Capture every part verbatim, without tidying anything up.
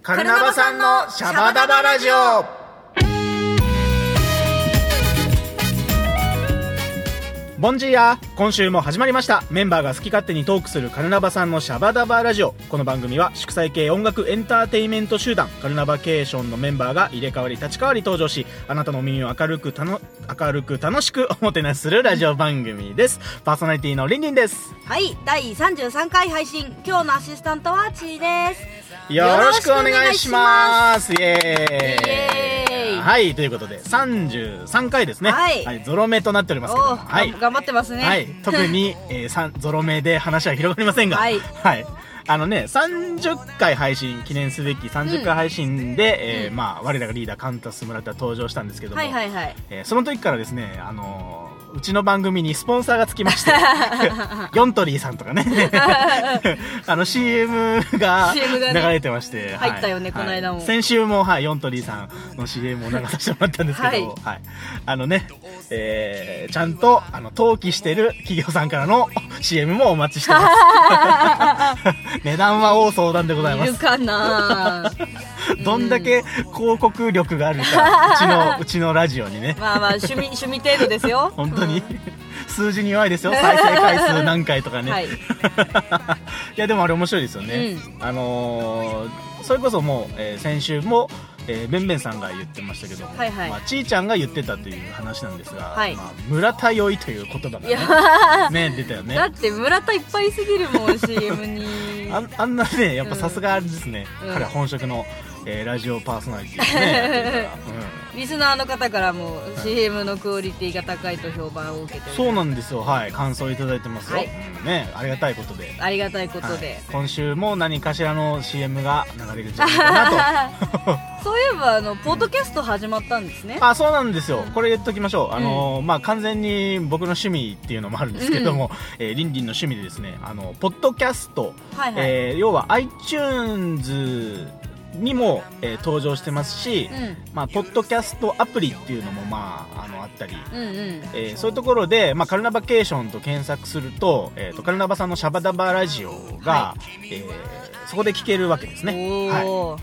カルナバさんのシャバダバラジオ。ボンジーヤ、今週も始まりました。メンバーが好き勝手にトークするカルナバさんのシャバダバラジオ。この番組は祝祭系音楽エンターテイメント集団カルナバケーションのメンバーが入れ替わり立ち替わり登場し、あなたの耳を明るくたの明るく楽しくおもてなしするラジオ番組です。パーソナリティのリンリンです。 はい、だいさんじゅうさんかい配信、今日のアシスタントはチーです。 よろしくお願いします。イエーイ、 イエーイ。 はい、ということでさんじゅうさんかいですね。 はい、 はい、ゾロ目となっておりますけども、はい、 頑張ってますね。 はい、特に、えー、ゾロ目で話は広がりませんが、はい、はい、あのね、さんじゅっかい配信、記念すべきさんじゅっかい配信で、うん、えー、まあ我らがリーダーカンタス村田登場したんですけども、 はいはいはい、 えー、その時からですね、あのーうちの番組にスポンサーがつきましてヨントリーさんとかねあの シーエム が流れてまして、ね、 はい、入ったよね、この間も。 先週も、はい、ヨントリーさんの シーエム を流させてもらったんですけど、はいはい、あのね、えー、ちゃんとあの登記してる企業さんからの シーエム もお待ちしてます値段は大相談でございます。 いるかなどんだけ広告力があるか、うちのうちのラジオにね。 まあまあ趣味趣味程度ですよ。 本当に、うん、数字に弱いですよ。再生回数何回とかね。はい、いやでもあれ面白いですよね。うん、あのー、それこそもう、えー、先週も。えー、ベンベンさんが言ってましたけども、はいはい、まあ、ちーちゃんが言ってたという話なんですが、はい、まあ、村田酔いという言葉が ね, ね出たよね。 だって村田いっぱいすぎるもんシーエム にあ, あんなね、やっぱさすがあれですね、うん、彼は本職の、えー、ラジオパーソナリティですねうん、リスナーの方からも シーエム のクオリティが高いと評判を受けてる。 そうなんですよ、はい、感想いただいてますよ、はい、うんね、ありがたいことでありがたいことで、はい、 今週も何かしらの シーエム が流れるんじゃないかなとそういえばあのポッドキャスト始まったんですね。 あ、そうなんですよ。これ言っときましょう。あのー、うん、まあ完全に僕の趣味っていうのもあるんですけども、うん、えー、リンリンの趣味でですね、あのポッドキャスト、はいはい、えー、要は iTunes にも、えー、登場してますし、うん、まあポッドキャストアプリっていうのもまああのあったり、うんうん、えー、そういうところで、まあ、カルナバケーションと検索すると、えー、とカルナバさんのシャバダバラジオが、はい、えー、そこで聞けるわけですね。はい。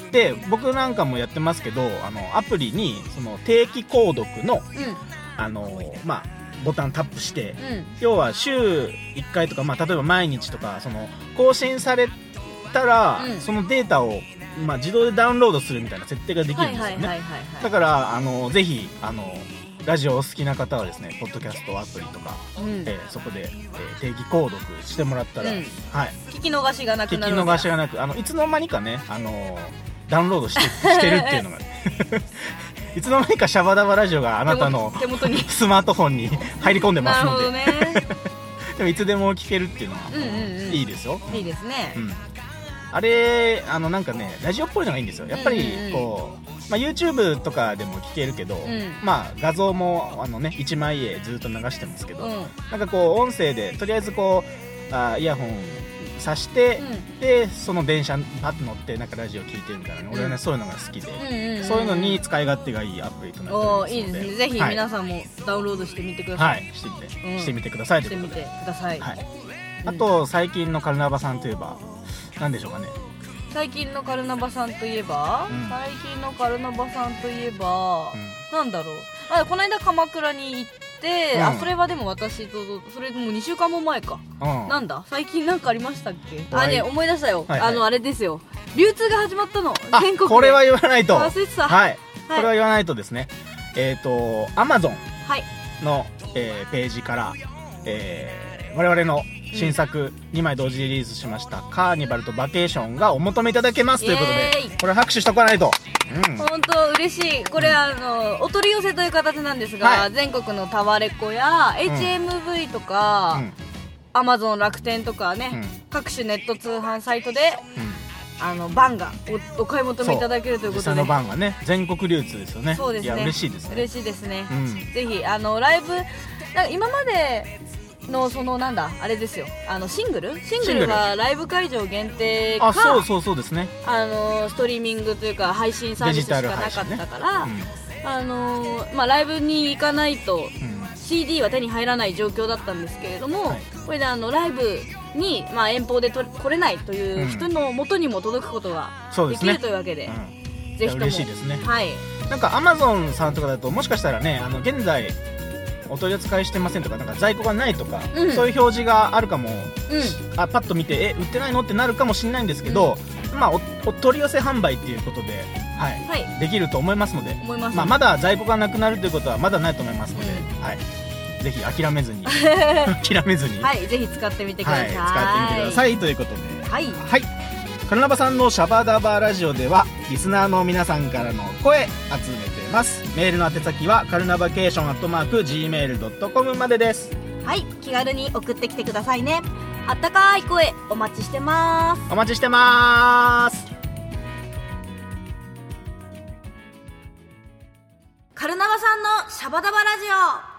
で僕なんかもやってますけど、あのアプリにその定期購読の、うん、あのまあボタンタップして、うん、要は週いっかいとか、まあ、例えば毎日とかその更新されたら、うん、そのデータを、まあ、自動でダウンロードするみたいな設定ができるんですよね。だからあのぜひあのラジオお好きな方はですね、ポッドキャストアプリとか、うん、えー、そこで、えー、定期購読してもらったら、うん、はい、 聞き逃しがなくなる。 聞き逃しがなく、あのいつの間にかね、あのダウンロードして、してるっていうのがいつの間にかシャバダバラジオがあなたの手元にスマートフォンに入り込んでますのでなるほどねでもいつでも聞けるっていうのは、うんうんうん、いいですよ。 いいですね、うん、 あれあのなんかね、ラジオっぽいのがいいんですよやっぱり。こう、うんうん、まあ、YouTube とかでも聞けるけど、うん、まあ、画像もあの、ね、いちまい絵ずっと流してますけど、うん、なんかこう音声でとりあえずこうあイヤホンさして、うん、でその電車パッと乗ってなんかラジオ聞いてるみたいな、ね、うん、俺はねそういうのが好きで、うんうんうん、そういうのに使い勝手がいいアプリとなっておりますので、 いいですね。ぜひ皆さんもダウンロードしてみてください。 はい、してみて、うん、してみてください。 してみてください。はい、 あと最近のカルナバさんといえば何でしょうかね。 最近のカルナバさんといえば、うん、最近のカルナバさんといえば、うん、なんだろう、あ、この間鎌倉に行って、うん、あ、それはでも私とそれもうにしゅうかんも前か、うん、なんだ最近なんかありましたっけ。あ、ね、思い出したよ、はいはい、あのあれですよ、流通が始まったの全国で。 これは言わないと、 忘れてた、 はい、はい、これは言わないとですね、えっ、ー、と Amazon の、はい、えー、ページから、えー、我々の新作にまい同時リリースしました、うん、カーニバルとバケーションがお求めいただけますということで、これ拍手しとかないと。 本当嬉しい。これ、うん、あのお取り寄せという形なんですが、はい、全国のタワレコや エイチエムブイ とか、うん、Amazon 楽天とかね、うん、各種ネット通販サイトで、うん、あのバンが お, お買い求めいただけるということで、 実際のバンがね全国流通ですよね。 そうですね。 いや嬉しいですね。 嬉しいですね、うん、ぜひあのライブなんか今までのそのなんだあれですよ、あのシングルシングルはライブ会場限定か、 あ、そうそうそうですね、 あのストリーミングというか配信サービスしかなかったから、ね、うん、あのまあ、ライブに行かないと、うん、シーディー は手に入らない状況だったんですけれども、はい、これであのライブに、まあ、遠方でと来れないという人の元にも届くことができるというわけで、うん、ぜひとも嬉しいですね。 はい、なんかアマゾンさんとかだともしかしたらね、あの現在お取り扱いしてませんとか、なんか在庫がないとか、うん、そういう表示があるかも、うん、あパッと見てえ売ってないのってなるかもしれないんですけど、うん、まあ お, お取り寄せ販売っていうことで、はいはい、できると思いますので、思います、ね、まあ、まだ在庫がなくなるということはまだないと思いますので、うん、はい、ぜひ諦めずに諦めずに、 はい、ぜひ使ってみてください、はい、 使ってみてくださいということで、 はい、 はい、カルナバさんのシャバダバラジオではリスナーの皆さんからの声集めてます。メールの宛先はカルナバケーションアットマーク ジーメールドットコム までです。 はい、気軽に送ってきてくださいね。あったかい声お待ちしてます。 お待ちしてます。 カルナバさんのシャバダバラジオ。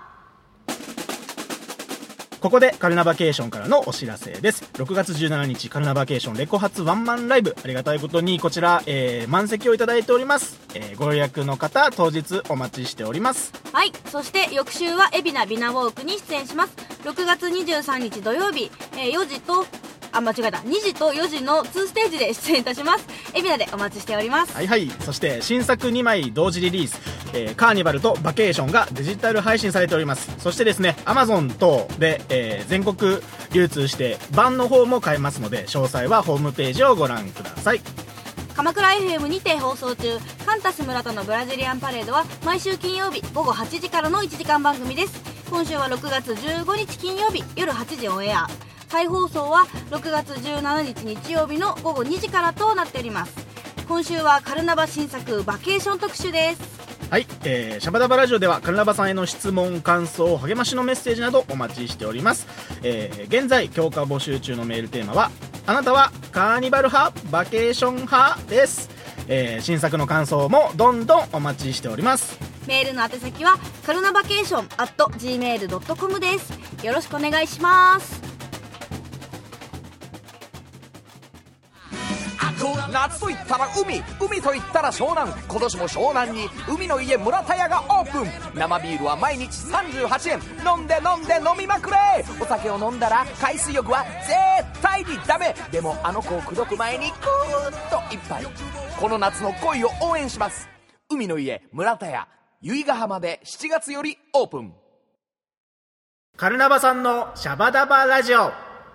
ここでカルナバケーションからのお知らせです。ろくがつじゅうしちにちカルナバケーションレコ発ワンマンライブ、ありがたいことにこちら、えー、満席をいただいております、えー、ご予約の方当日お待ちしております。 はい、そして翌週は海老名ビナウォークに出演します。ろくがつにじゅうさんにち土曜日、えー、よじとあ間違えたにじとよじのにステージで出演いたします。海老名でお待ちしております。 はいはい。そして新作にまい同時リリース、えー、カーニバルとバケーションがデジタル配信されております。そしてですね Amazon 等で、えー、全国流通して版の方も買えますので、詳細はホームページをご覧ください。 鎌倉 エフエム にて放送中、カンタス村田のブラジリアンパレードは毎週金曜日ごごはちじからのいちじかん番組です。今週はろくがつじゅうごにち金曜日夜はちじオンエア、再放送はろくがつじゅうしちにち日曜日のごごにじからとなっております。今週はカルナバ新作バケーション特集です。 はい、えー、シャバダバラジオではカルナバさんへの質問感想励ましのメッセージなどお待ちしております。えー、現在強化募集中のメールテーマはあなたはカーニバル派バケーション派です。えー、新作の感想もどんどんお待ちしております。 メールの宛先はカルナバケーション アット ジーメールドットコム です。よろしくお願いします。 夏といったら海、海といったら湘南。今年も湘南に海の家村田屋がオープン。生ビールは毎日さんじゅうはちえん。飲んで飲んで飲みまくれ。お酒を飲んだら海水浴は絶対にダメ。でもあの子を口説く前にぐーっと一杯。この夏の恋を応援します。海の家村田屋、由比ヶ浜でしちがつよりオープン。 カルナバさんのシャバダバラジオ。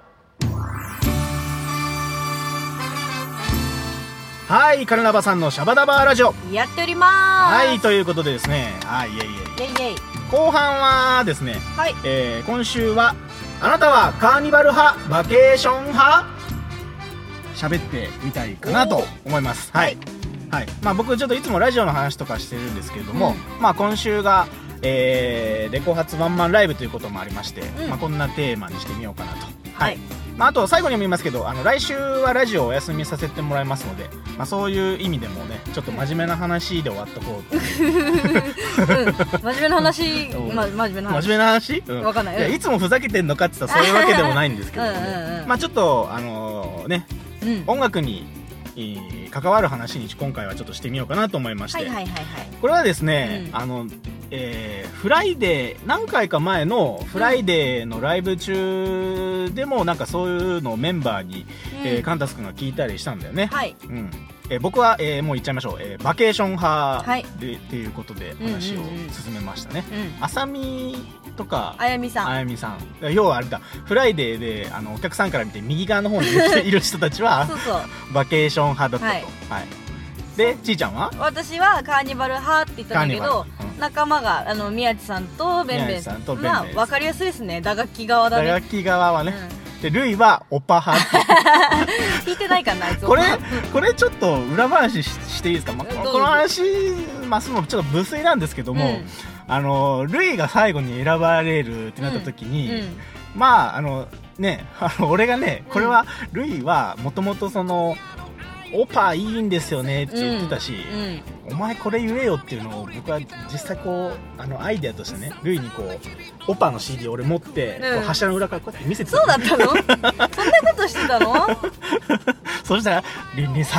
はい、カルナバさんのシャバダバラジオやっております。 はい、ということでですね、はい、イエイイエイイエイイエイ。後半はですね、はい、えー、今週はあなたはカーニバル派バケーション派喋ってみたいかなと思います。はい、はい、まあ、僕ちょっといつもラジオの話とかしてるんですけれども、うん、まあ、今週が、えー、レコ発ワンマンライブということもありまして、うん、まあ、こんなテーマにしてみようかなと。はい、まあ、あと最後にも言いますけど、あの来週はラジオをお休みさせてもらいますので、まあ、そういう意味でもねちょっと真面目な話で終わっとこうっていう、 うん、真面目な話、ま、真面目な話真面目な話、うん、 分かんない、うん、 いやいつもふざけてんのかって言ったらそういうわけでもないんですけど、ね、うんうん、まあ、ちょっとあのー、ね、うん、音楽に関わる話に今回はちょっとしてみようかなと思いまして、はいはいはいはい、これはですね、うん、あのえー、フライデー何回か前のフライデーのライブ中でもなんかそういうのをメンバーに、うん、えー、カンタス君が聞いたりしたんだよね、はい、うん、えー、僕は、えー、もう言っちゃいましょう、えー、バケーション派で、はい、っていうことで話を進めましたね。あさみとかあやみさんあやみさん要はあれだ、フライデーであのお客さんから見て右側の方にいる人たちはそうそうバケーション派だったと、はい、はい、でちーちゃんは私はカーニバル派って言ったんだけど、うん、仲間があの宮地さんとベンベンさんとベンベン、まあ、分かりやすいですね、打楽器側だね。 打楽器側はね、うん、でルイはオパ派聞いてないかなあいつこれこれちょっと裏話 し, していいですか、ま、この話ますのちょっと無粋なんですけども、うん、あのルイが最後に選ばれるってなった時に、うんうん、まああのねあの俺がねこれは、うん、ルイはもともとそのオパいいんですよねって言ってたし、うんうん、お前これ言えよっていうのを僕は実際こうあのアイデアとしてねルイにこうオパの シーディー を俺持って、うん、こう柱の裏からこうやって見せてた。 そうだったのそんなことしてたのそしたらリンリンさん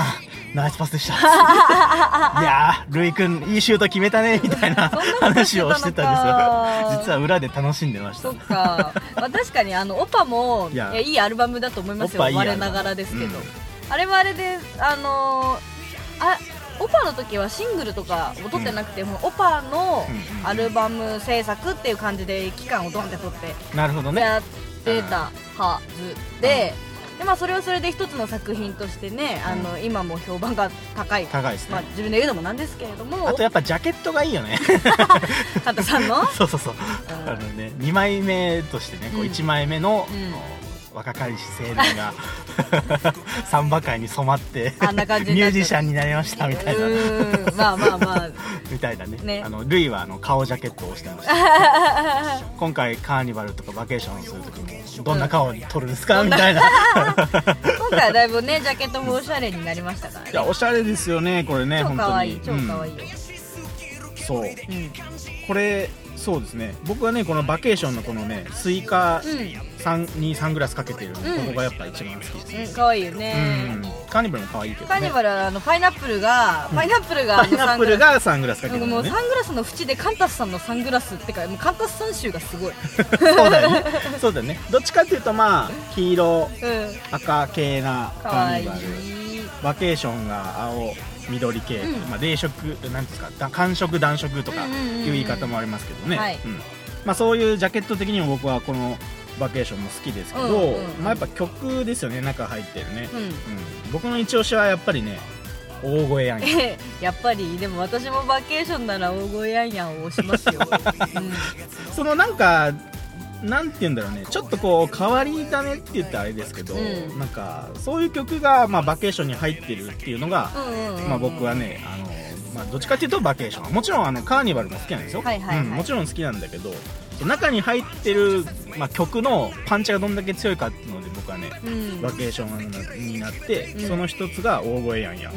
ナイスパスでしたいやールイ君いいシュート決めたねみたいな話をしてたんですよ実は裏で楽しんでました。 そっか、まあ、確かにあのオパもいやいいアルバムだと思いますよ。我ながらですけど、うん、あれはあれであのー、あオパの時はシングルとかを撮ってなくて、うん、もうオパのアルバム制作っていう感じで期間をドンって撮ってなるほどねやってたはずで、うん、でまあ、それはそれで一つの作品としてね、あの今も評判が高い、 高いですね、 まあ、自分で言うのもなんですけれども、 あとやっぱジャケットがいいよねカンタさんのそうそうそう、うん、あのね、にまいめとしてね、こういちまいめの、うんうん若かりし青年がサンバ界に染まってあんな感じにミュージシャンになりましたみたいなうんまあまあまあみたいな ね, ねあのルイはあの顔ジャケットをしてました今回カーニバルとかバケーションをするときもどんな顔を撮るんですか、うん、みたいな今回はだいぶねジャケットもおしゃれになりましたからね。 いやおしゃれですよねこれね。 超かわいい、超かわいいよ、 うん、そう、うん、これそうですね、僕はねこのバケーションのこのねスイカにサングラスかけてる、うん、ここがやっぱ一番好きですね。 うん、かわいいよね、 うん、カーニバルもかわいいけどね。 カーニバルはあのパイナップルが、うん、パイナップルがパイナップルがサングラスかけてる、ね、 もうサングラスの縁でカンタスさんのサングラスってかもうカンタスさん集がすごいそうだよねそうだよね、どっちかっていうとまあ黄色、うん、赤系なカーニバル、バケーションが青緑系、うんまあ、冷色なんですか寒色暖色とかいう言い方もありますけどね、はいうんまあ、そういうジャケット的にも僕はこのバケーションも好きですけど、うんうんうんまあ、やっぱ曲ですよね中入ってるね、うんうん、僕の一押しはやっぱりね大声やんやんやっぱりでも私もバケーションなら大声やんやんを押しますよ、うん、 そのなんかなんて言うんだろうね、ちょっとこう変わり種って言ったらあれですけど、うん、なんかそういう曲が、まあ、バケーションに入ってるっていうのが、うんうんうんまあ、僕はねあの、まあ、どっちかっていうとバケーションもちろんあのカーニバルも好きなんですよ、はいはいはいうん、もちろん好きなんだけど中に入ってる、まあ、曲のパンチがどんだけ強いかっていうので僕はね、うん、バケーションになって、うん、その一つが大声やんや、うん、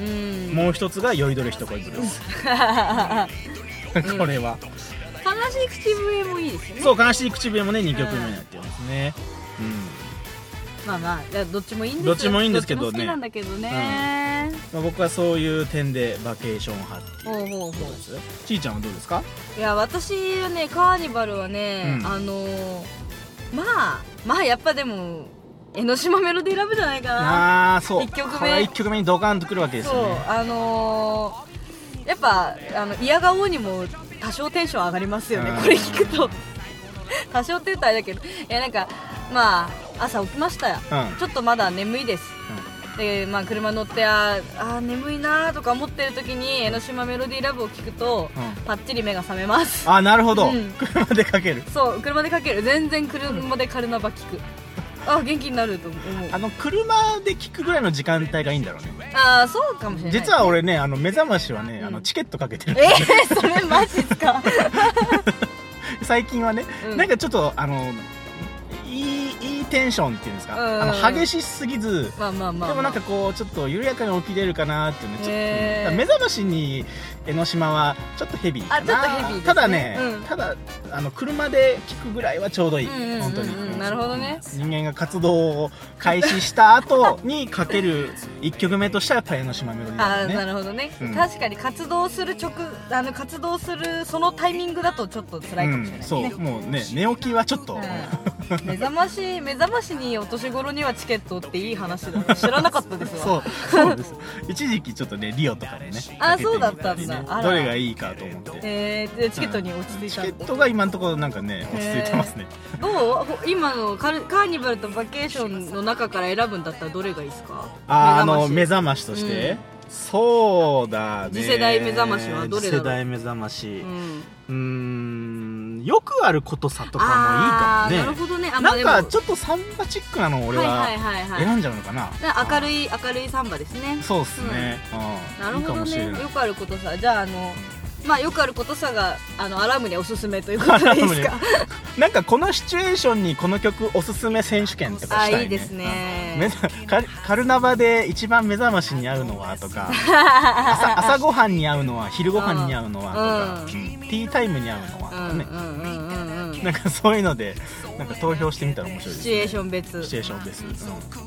もう一つが酔いどれ一声ブルースこれは悲しい口笛もいいですよね。 そう悲しい口笛もねにきょくめになってますね、うんうん、 まあまあどっちもいいんですどっちもいいんですけどね、 どっちも好きなんだけどね、 うんまあ、僕はそういう点でバケーション派っていうことです。ちーちゃんはどうですか？ いや私はねカーニバルはね、うん、あのー、まあまあやっぱでも江ノ島メロディーラブじゃないかな。 あーそういっきょくめこれいっきょくめにドカンとくるわけですよね。 そうあのー、やっぱあの嫌顔にも多少テンション上がりますよねこれ聞くと多少って言ったらあれだけどいやなんかまあ朝起きましたよ、うん、ちょっとまだ眠いです、うん、でまあ車乗ってああ眠いなとか思ってる時に江ノ島メロディーラブを聞くと、うん、パッチリ目が覚めます。 あなるほど、うん、車でかける。 そう車でかける全然車でカルナバ聞くあ元気になると思う。 あの車で聞くぐらいの時間帯がいいんだろうね。 ああそうかもしれない。 実は俺ねあの目覚ましはね、うん、あのチケットかけてる。 えー、それマジっすか最近はね、うん、なんかちょっとあのいいいいテンションっていうんですか、うん、あの激しすぎず、まあまあまあまあ、でもなんかこうちょっと緩やかに起きれるかなっていうね、ちょっと、えー、目覚ましに江ノ島はちょっとヘビーかな。 あちょっとヘビーですね。 ただね、うん、ただあの車で聞くぐらいはちょうどいい、うんうんうんうん、本当に、うん、 なるほどね。 人間が活動を開始した後にかけるいっきょくめとしてはやっぱり江ノ島メロディーだね。 あなるほどね、うん、確かに活動する直あの活動するそのタイミングだとちょっと辛いかもしれないね、うん、 そうもうね寝起きはちょっと、 うん、目覚まし目覚ましにお年頃にはチケットっていい話だ知らなかったですわそうそうです一時期ちょっとねリオとかでねあそうだったんだ、ね、 どれがいいかと思って、 えー、でチケットに落ち着いた、 うん、チケットが今のところなんかね落ち着いてますね。 どう今のカーニバルとバケーションの中から選ぶんだったらどれがいいですか？ ああの目覚ましとして、うん、そうだね次世代目覚ましはどれだろう。 次世代目覚まし、うん、うーんよくあることさとかもいいかもね。 なるほどね。あなんかちょっとサンバチックなのを俺は選んじゃうのかな。 明るい明るいサンバですね。 そうですね、 うん、なるほどね。よくあることさじゃああのまあよくあることさがあのアラームにおすすめということでいいですか？ なんかこのシチュエーションにこの曲おすすめ選手権とかしたいね。 あいいですね。 カ, カルナバで一番目覚ましに合うのはとか朝, 朝ごはんに合うのは昼ごはんに合うのはとか、うん、ティータイムに合うのはとかね、うんうんうんうん、なんかそういうのでなんか投票してみたら面白いですね。 シチュエーション別シチュエーション別、うん、いいかもね。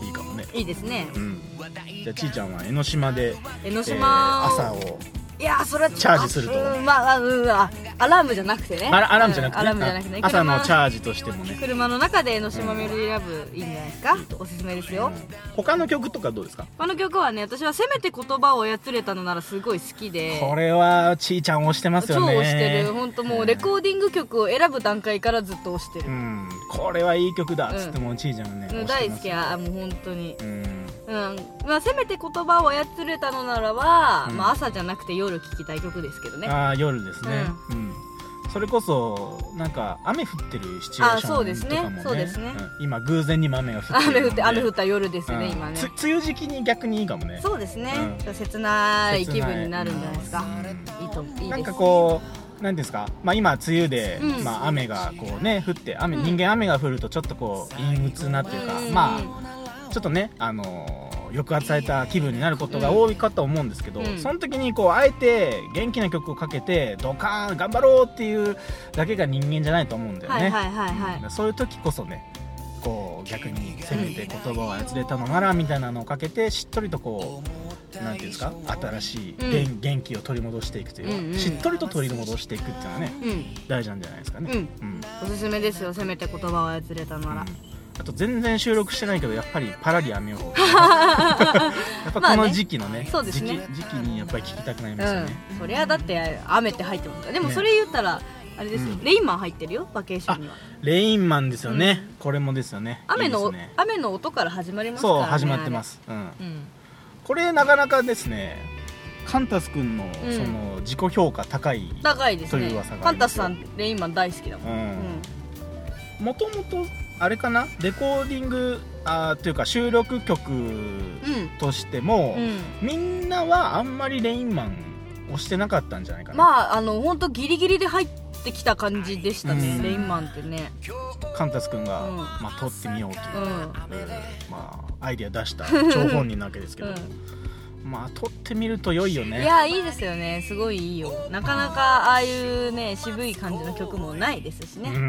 いいですね、 うん、じゃあちーちゃんは江ノ島で江ノ島、 えー、朝をいやそれはチャージすると、 うん、まあ、うん、あアラームじゃなくてね、 アラアラームじゃなくて、ね、 アラームじゃなくてね、 朝のチャージとしてもね、 車の中で江ノ島メロディーラブいいんじゃないですか、うん、おすすめですよ、うん、 他の曲とかどうですか？ 他の曲はね、私はせめて言葉を操れたのならすごい好きで、 これはちーちゃん推してますよね。 超推してる、本当もうレコーディング曲を選ぶ段階からずっと推してる、うん、 これはいい曲だっつっても、うん、ちーちゃんはね、 うん、大好きや、もう本当に、うんうん、まあ、せめて言葉を操れたのならば、うん、まあ、朝じゃなくて夜聴きたい曲ですけどね。 ああ、夜ですね、うんうん、それこそなんか雨降ってるシチュエーションとかもね、あ、そうですね、そうですね、うん、今偶然にも雨が降ってるので、 雨降って雨降った夜ですね、うん、今ね、 梅雨時期に逆にいいかもね。 そうですね、うん、切ない気分になるんじゃないですか、うん、いいといいです。 なんかこうなんですか、まあ、今梅雨で、うん、まあ、雨がこうね降って雨、うん、人間雨が降るとちょっとこう陰鬱なっていうか、うん、まあちょっとね、あのー抑圧された気分になることが多いかと思うんですけど、うん、その時にこうあえて元気な曲をかけてドカーン頑張ろうっていうだけが人間じゃないと思うんだよね、はいはいはいはい、そういう時こそね、こう逆にせめて言葉を操れたのならみたいなのをかけて、しっとりとこうなんていうんですか、新しい 元,、うん、元気を取り戻していくというか、うんうん、しっとりと取り戻していくっていうのはね、うん、大事なんじゃないですかね、うんうん、 おすすめですよ、せめて言葉を操れたなら、うん、 あと全然収録してないけどやっぱりパラリ雨予報、ね、やっぱこの時期のね、 そうですね、 時期、時期にやっぱり聞きたくなりますよね、 うん、そりゃだって雨って入ってますから。でもそれ言ったら、ね、あれですよ、うん、レインマン入ってるよ、バケーションには。 レインマンですよね、うん、これもですよね、 雨の、 いいですね、 雨の音から始まりますからね。 そう、始まってます、うんうん、これなかなかですね、カンタス君のその自己評価高い、うん、 高いですね、 という噂がカンタスさんレインマン大好きだもん。 もともとあれかな、レコーディングあというか収録曲としても、うんうん、みんなはあんまりレインマンをしてなかったんじゃないかな。 まああの本当ギリギリで入ってきた感じでしたね、うん、レインマンってね。 カンタス君が、うん、まあ、撮ってみようという、うんまあ、アイデア出した張本人なわけですけど、うん、まあ撮ってみると良いよね。 いやいいですよね、すごいいいよ。なかなかああいうね渋い感じの曲もないですしね。うん、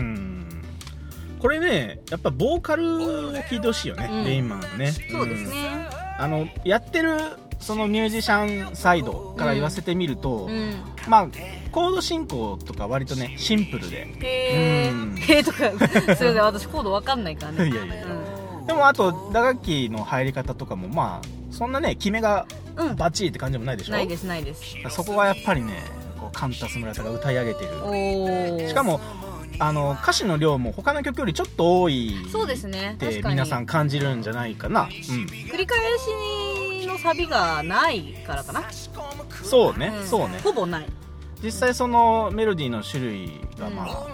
これねやっぱボーカルを聴いてほしいよね、うん、レインマンはね。 そうですね、 うん、あのやってるそのミュージシャンサイドから言わせてみると、うんうん、まあコード進行とか割とねシンプルで、 へー、うん、へーとかすいません私コードわかんないからね。いやいやいや、 うん、でもあと打楽器の入り方とかもまあそんなね決めがバッチリって感じでもないでしょ、うん、 ないですないです。 そこがやっぱりねこうカンタス村田が歌い上げてる。しかもあの歌詞の量も他の曲よりちょっと多いって皆さん感じるんじゃないかな、うん、 繰り返しのサビがないからかな。 そうね、うん、そうね、 ほぼない。 実際そのメロディーの種類がまあ、うん、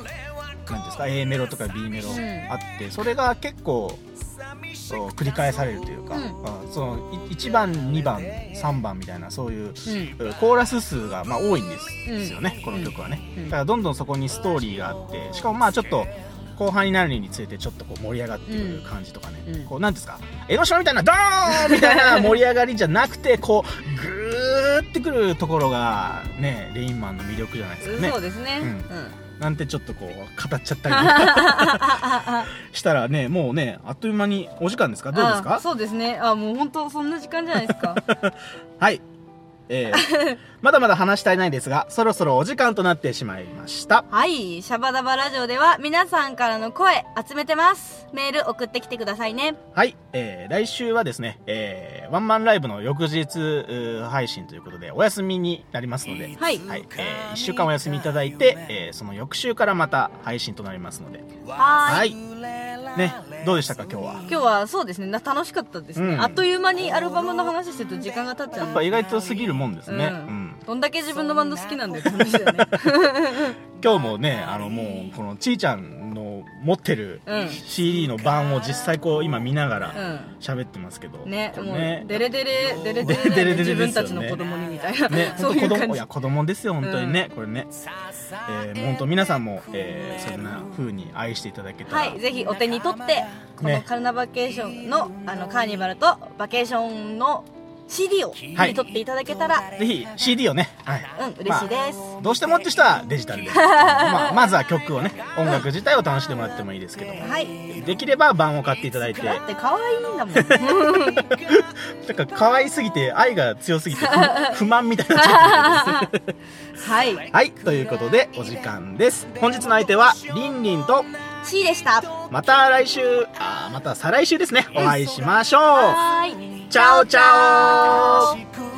なんですか A メロとか B メロあって、うん、それが結構そう繰り返されるというか、うん、そのいちばんにばんさんばんみたいなそういう、うん、コーラス数がまあ多いんです、うん、ですよねこの曲はね、うん、だからどんどんそこにストーリーがあって、しかもまあちょっと後半になるにつれてちょっとこう盛り上がってくる感じとかね、うん、こうなんですか江ノ島みたいなドーンみたいな盛り上がりじゃなくてこうグーってくるところがねレインマンの魅力じゃないですかね。 そうですね、うんうんなんてちょっとこう語っちゃったりしたらねもうねあっという間にお時間ですか。どうですか。 そうですね、あもう本当そんな時間じゃないですかはい、えー、まだまだ話したいないですがそろそろお時間となってしまいました。 はい、シャバダバラジオでは皆さんからの声集めてます。メール送ってきてくださいね。 はい、えー、来週はですね、えー、ワンマンライブの翌日配信ということでお休みになりますので、 はい、 はい、えー、いっしゅうかんお休みいただいて、えー、その翌週からまた配信となりますので、 はい、 ね、どうでしたか今日は。 今日はそうですね楽しかったですね、うん、あっという間にアルバムの話してると時間が経っちゃう。 やっぱ意外と過ぎるもんですね、うんうん、どんだけ自分のバンド好きなんだよって話だよね今日もねあのもうこのちーちゃんの持ってる シーディー の版を実際こう今見ながら喋ってますけど、うん、ねもうデレデレデレデレデレ自分たちの子供にみたいな、ね、そういう感じ。いや子供ですよ本当にね、うん、これね、えー、もう本当皆さんも、えー、そんな風に愛していただけたら、 はい、ぜひお手に取ってこのカルナバケーションの、ね、あのカーニバルとバケーションのシーディー を手に取っていただけたら、 ぜひ シーディー をね、はい、 うん、嬉しいです、 まあ、どうしてもって人はデジタルでまあ、まずは曲をね、音楽自体を楽しんでもらってもいいですけど、はい、できれば盤を買っていただいて、 だって可愛いんだもんなんか可愛すぎて愛が強すぎて不満みたいになっちゃってるはい、 はい、ということでお時間です。本日の相手はりんりんと C でした。 また来週、あまた再来週ですね、お会いしましょう。 はい、 チャオチャオ。